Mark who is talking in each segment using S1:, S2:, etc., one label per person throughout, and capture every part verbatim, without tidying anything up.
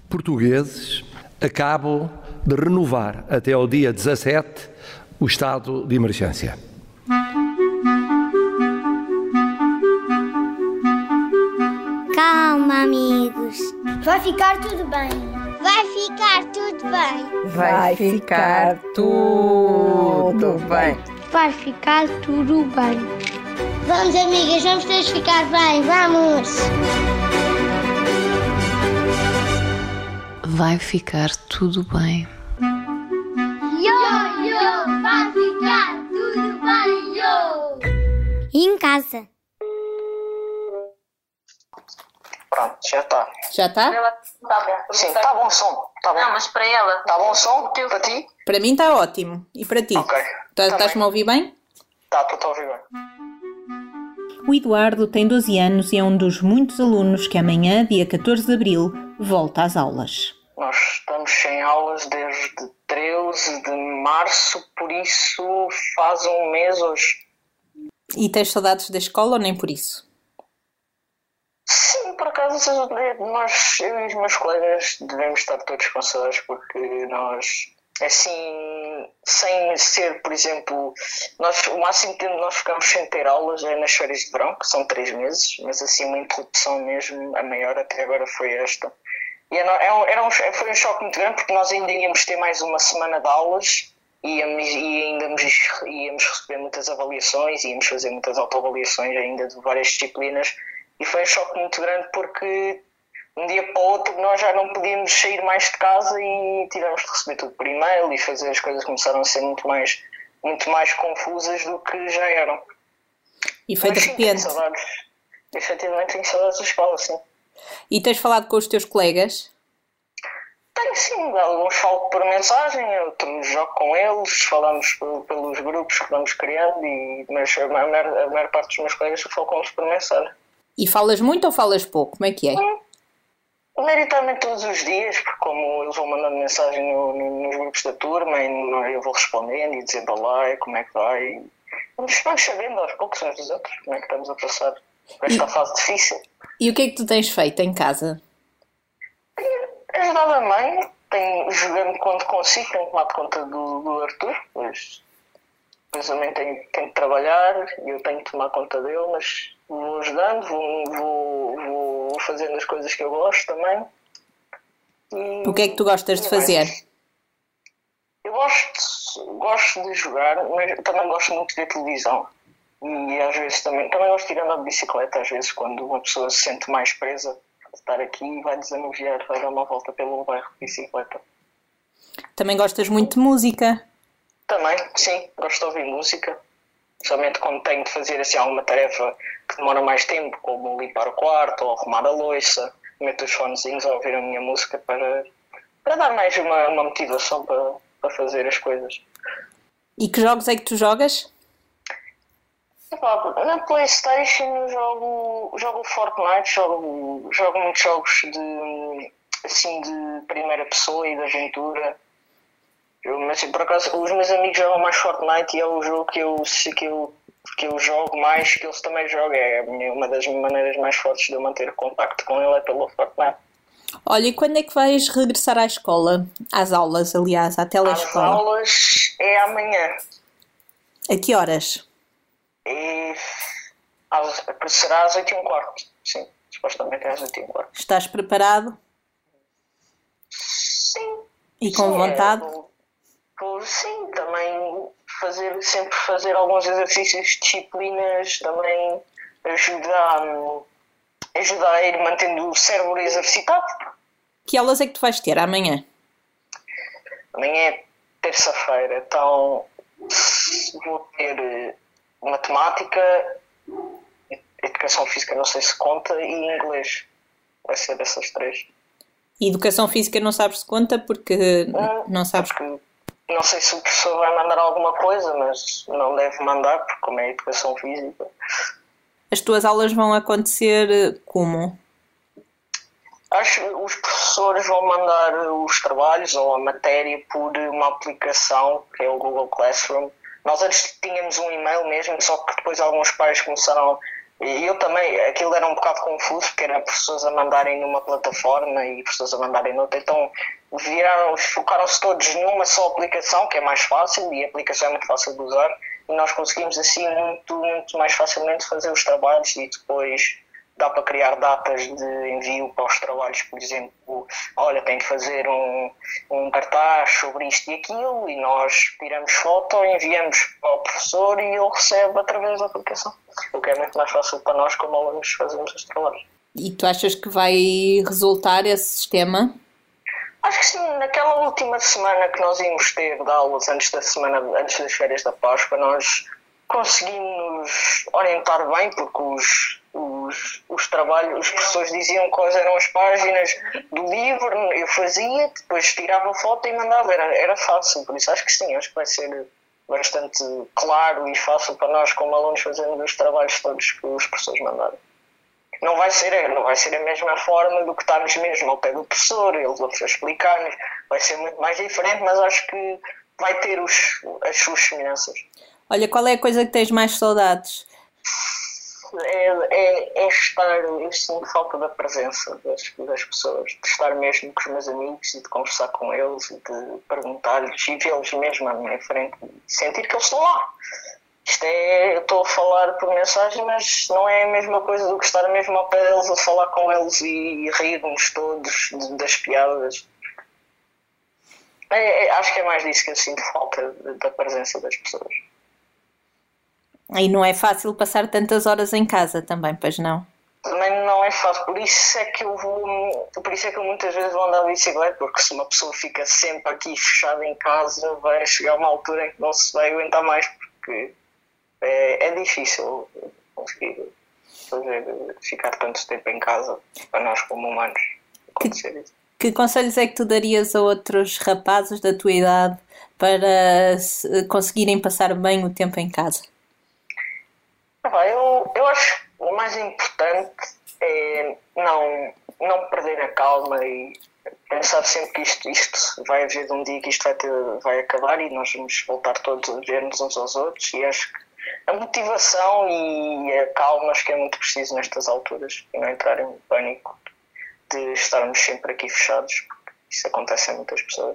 S1: portugueses acabam de renovar até ao dia dezassete o estado de emergência.
S2: Calma, amigos.
S3: Vai ficar tudo bem.
S2: Vai ficar tudo bem.
S4: Vai ficar tudo bem.
S3: Vai ficar tudo bem.
S2: Vamos, amigas, vamos todos ficar bem. Vamos!
S5: Vai ficar tudo bem.
S2: Yo, yo, vai ficar tudo bem, yo! E em casa?
S6: Pronto, já está.
S4: Já está?
S6: Tá bom. Sim, está bom o som. Tá bom.
S7: Não, mas para ela.
S6: Está bom o som para ti?
S4: Para mim está ótimo. E para ti?
S6: Ok.
S4: Tá, Estás-me a ouvir bem?
S6: Tá, estou a ouvir bem.
S8: O Eduardo tem doze anos e é um dos muitos alunos que amanhã, dia catorze de abril, volta às aulas.
S6: Nós estamos sem aulas desde treze de março, por isso faz um mês hoje.
S4: E tens saudades da escola ou nem por isso?
S6: Sim, por acaso nós, eu e os meus colegas devemos estar todos com saudades, porque nós, assim, sem ser, por exemplo, nós, o máximo que nós ficamos sem ter aulas é nas férias de verão, que são três meses, mas assim uma interrupção mesmo, a maior até agora foi esta. E era, era um, foi um choque muito grande, porque nós ainda íamos ter mais uma semana de aulas e íamos, e ainda íamos receber muitas avaliações, íamos fazer muitas autoavaliações ainda de várias disciplinas. E foi um choque muito grande porque um dia para o outro nós já não podíamos sair mais de casa e tivemos de receber tudo por e-mail e fazer as coisas começaram a ser muito mais, muito mais confusas do que já eram.
S4: E foi
S6: Mas,
S4: de
S6: sim,
S4: repente.
S6: tenho saudades. Efetivamente tenho saudades da escola, sim.
S4: E tens falado com os teus colegas?
S6: Tenho sim, alguns falo por mensagem, outros jogo com eles, falamos pelos grupos que vamos criando, e, mas a maior, a maior parte dos meus colegas eu falo com eles por mensagem.
S4: E falas muito ou falas pouco? Como é que é?
S6: Hum, maioritariamente todos os dias, porque como eles vão mandando mensagem no, no, nos grupos da turma e eu vou respondendo e dizendo olá, como é que vai. Vamos, vamos sabendo aos poucos uns dos outros como é que estamos a passar esta e, fase difícil.
S4: E o que é que tu tens feito em casa?
S6: Tenho ajudado a mãe, tenho, jogando quando consigo, tenho tomado conta do, do Arthur, mas depois também tenho, tenho de trabalhar e eu tenho de tomar conta dele, mas vou ajudando, vou, vou, vou fazendo as coisas que eu gosto também. E,
S4: o que é que tu gostas de fazer?
S6: Eu gosto, gosto de jogar, mas também gosto muito de ver televisão. E às vezes também, também gosto de ir andar de bicicleta, às vezes quando uma pessoa se sente mais presa de estar aqui e vai desanuviar, vai dar uma volta pelo bairro de bicicleta.
S4: Também gostas muito de música?
S6: Também, sim, gosto de ouvir música. Somente quando tenho de fazer assim, alguma tarefa que demora mais tempo, como limpar o quarto ou arrumar a louça, meto os fonezinhos a ouvir a minha música para, para dar mais uma, uma motivação para, para fazer as coisas.
S4: E que jogos é que tu jogas?
S6: Na PlayStation eu jogo, jogo Fortnite, jogo, jogo muitos jogos de, assim, de primeira pessoa e de aventura. Eu, mas, assim, por acaso, os meus amigos jogam mais Fortnite e é o jogo que eu, que eu, que eu jogo mais, que eles também jogam. É uma das maneiras mais fortes de eu manter contacto com ele é pelo Fortnite.
S4: Olha, e quando é que vais regressar à escola? Às aulas, aliás, à telescola?
S6: Às aulas é amanhã.
S4: A que horas?
S6: E, às, será às oito e um quarto, sim. Supostamente é às oito e um quarto.
S4: Estás preparado?
S6: Sim.
S4: E com
S6: sim,
S4: vontade?
S6: É, por, sim, também fazer, sempre fazer alguns exercícios, disciplinas, também ajuda, ajuda a ir mantendo o cérebro exercitado.
S4: Que aulas é que tu vais ter amanhã?
S6: Amanhã é terça-feira, então vou ter matemática, educação física, não sei se conta, e inglês. Vai ser dessas três.
S4: E educação física não sabes se conta porque
S6: Não,
S4: não sabes...
S6: Porque não sei se o professor vai mandar alguma coisa, mas não deve mandar, porque como é educação física.
S4: As tuas aulas vão acontecer como?
S6: Acho que os professores vão mandar os trabalhos ou a matéria por uma aplicação, que é o Google Classroom. Nós antes tínhamos um e-mail mesmo, só que depois alguns pais começaram E eu também, aquilo era um bocado confuso, porque era pessoas a mandarem numa plataforma e pessoas a mandarem noutra, então viraram, focaram-se todos numa só aplicação, que é mais fácil, e a aplicação é muito fácil de usar, e nós conseguimos assim muito, muito mais facilmente fazer os trabalhos, e depois dá para criar datas de envio para os trabalhos, por exemplo, olha, tem de fazer um, um cartaz sobre isto e aquilo, e nós tiramos foto, enviamos para o professor e ele recebe através da aplicação, o que é muito mais fácil para nós como alunos fazermos os trabalhos.
S4: E tu achas que vai resultar esse sistema?
S6: Acho que sim, naquela última semana que nós íamos ter de aulas antes da semana, antes das férias da Páscoa, nós conseguimos orientar bem, porque os, os, os trabalhos, os professores diziam quais eram as páginas do livro, eu fazia, depois tirava foto e mandava, era, era fácil, por isso acho que sim, acho que vai ser bastante claro e fácil para nós como alunos fazermos os trabalhos todos que os professores mandaram. Não vai ser, não vai ser a mesma forma do que estarmos mesmo ao pé do professor, ele vai explicar-nos, vai ser muito mais diferente, mas acho que vai ter os, as suas semelhanças.
S4: Olha, qual é a coisa que tens mais saudades?
S6: É, é, é estar, eu sinto falta da presença das, das pessoas, de estar mesmo com os meus amigos e de conversar com eles e de perguntar-lhes e vê-los mesmo à minha frente e sentir que eles estão lá. Isto é, eu estou a falar por mensagem, mas não é a mesma coisa do que estar mesmo ao pé deles, a falar com eles e, e rir-nos todos de, das piadas. É, é, acho que é mais disso que eu sinto falta, da presença das pessoas.
S4: E não é fácil passar tantas horas em casa também, pois não?
S6: Também não é fácil, por isso é que eu vou, por isso é que eu muitas vezes vou andar de bicicleta, porque se uma pessoa fica sempre aqui fechada em casa, vai chegar uma altura em que não se vai aguentar mais, porque é, é difícil conseguir fazer, ficar tanto tempo em casa, para nós como humanos, acontecer
S4: que,
S6: isso.
S4: Que conselhos é que tu darias a outros rapazes da tua idade para conseguirem passar bem o tempo em casa?
S6: Eu, eu acho que o mais importante é não, não perder a calma e pensar sempre que isto, isto vai haver um dia que isto vai, ter, vai acabar e nós vamos voltar todos a ver-nos uns aos outros, e acho que a motivação e a calma acho que é muito preciso nestas alturas e não entrar em pânico de estarmos sempre aqui fechados, porque isso acontece a muitas pessoas.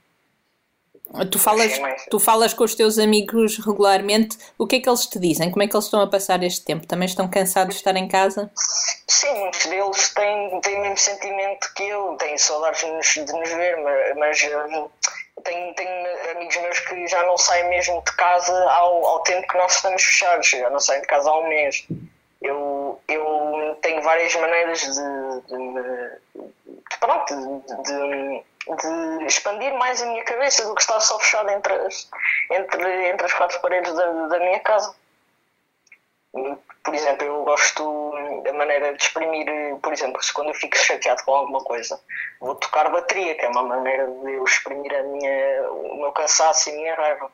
S4: Tu falas, tu falas com os teus amigos regularmente, o que é que eles te dizem? Como é que eles estão a passar este tempo? Também estão cansados de estar em casa?
S6: Sim, muitos deles têm, têm o mesmo sentimento que eu, têm saudades de nos, de nos ver, mas, mas tenho, tenho amigos meus que já não saem mesmo de casa ao, ao tempo que nós estamos fechados, já não saem de casa há um mês. Eu, eu tenho várias maneiras de, de, de, pronto, de, de de expandir mais a minha cabeça do que estar só fechado entre as, entre, entre as quatro paredes da, da minha casa. Por exemplo, eu gosto da maneira de exprimir, por exemplo, quando eu fico chateado com alguma coisa, vou tocar bateria, que é uma maneira de eu exprimir a minha, o meu cansaço e a minha raiva.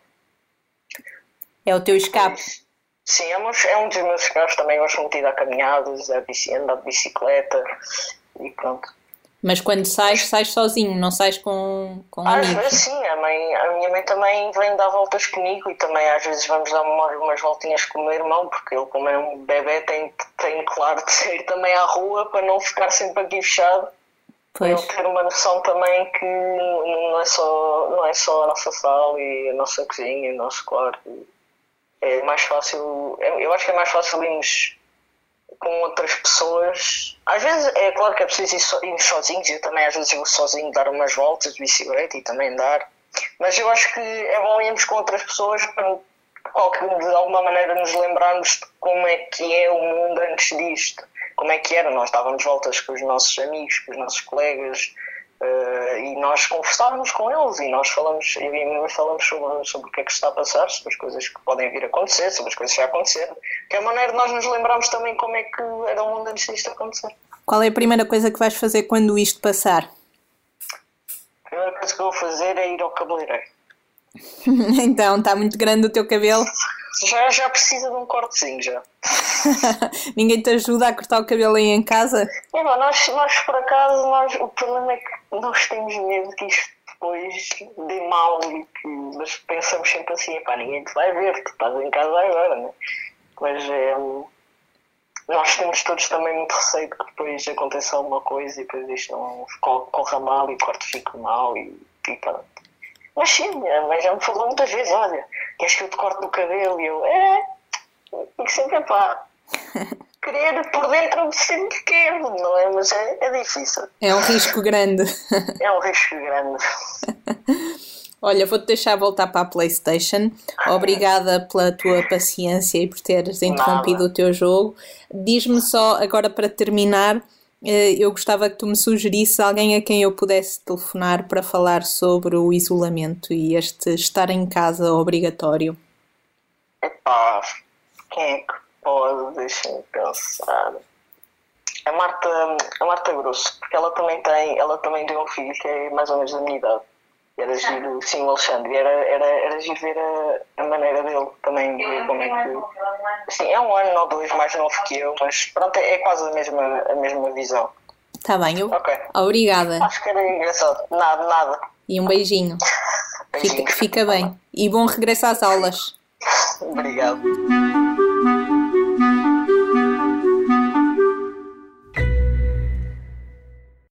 S4: É o teu escape?
S6: Sim, é um, é um dos meus escapes. Também gosto muito de ir a caminhadas, a bici, andar de bicicleta e pronto.
S4: Mas quando sais, sais sozinho, não sais com, com
S6: às
S4: amigos?
S6: Às vezes sim, a, mãe, a minha mãe também vem dar voltas comigo e também às vezes vamos dar uma, umas voltinhas com o meu irmão, porque ele, como é um bebê, tem, tem claro de sair também à rua para não ficar sempre aqui fechado. Pois. Ele ter uma noção também que não é, só, não é só a nossa sala e a nossa cozinha e o nosso quarto. É mais fácil, eu acho que é mais fácil irmos com outras pessoas. Às vezes é claro que é preciso ir, so, ir sozinhos, eu também às vezes vou sozinho dar umas voltas de bicicleta e também andar, mas eu acho que é bom irmos com outras pessoas para qualquer, de alguma maneira nos lembrarmos de como é que é o mundo antes disto, como é que era, nós dávamos voltas com os nossos amigos, com os nossos colegas, uh, e nós conversávamos com eles e nós falamos, eu e a minha mãe falamos sobre, sobre o que é que se está a passar, sobre as coisas que podem vir a acontecer, sobre as coisas que já aconteceram, que é a maneira de nós nos lembrarmos também como é que era o mundo antes disto acontecer.
S4: Qual é a primeira coisa que vais fazer quando isto passar?
S6: A primeira coisa que eu vou fazer é ir ao cabeleireiro.
S4: Então, está muito grande o teu cabelo?
S6: Já, já precisa de um cortezinho, já.
S4: Ninguém te ajuda a cortar o cabelo aí em casa?
S6: É, bom, nós, nós, por acaso, nós, o problema é que nós temos medo que isto depois dê mal e que nós pensamos sempre assim, pá, ninguém te vai ver, tu estás em casa agora, né? Mas é, nós temos todos também muito receio de que depois aconteça alguma coisa e depois isto não corra mal e o quarto fique mal e, e pronto. Mas sim, minha mãe já me falou muitas vezes, olha, queres que eu te corte no cabelo? E eu, é, fico sempre, pá, querer por dentro sempre quero, não é? Mas é, é difícil.
S4: É um risco grande.
S6: É um risco grande.
S4: Olha, vou-te deixar voltar para a PlayStation. Obrigada pela tua paciência e por teres interrompido Nada. o teu jogo. Diz-me só, agora para terminar, eu gostava que tu me sugerisses alguém a quem eu pudesse telefonar para falar sobre o isolamento e este estar em casa obrigatório.
S6: Epá, quem é que pode? Deixa-me pensar. A Marta, a Marta Grosso, porque ela também tem, ela também tem um filho que é mais ou menos da minha idade. Era giro, sim, o Alexandre, era, era, era giro ver a, a maneira dele também, ver como é que... Sim, é um ano ou dois mais novo que eu, mas pronto, é, é quase a mesma, a mesma visão.
S4: Está bem, eu...
S6: Ok.
S4: Obrigada.
S6: Acho que era engraçado. Nada, nada.
S4: E um beijinho. Fica, fica bem. E bom regresso às aulas.
S6: Obrigado.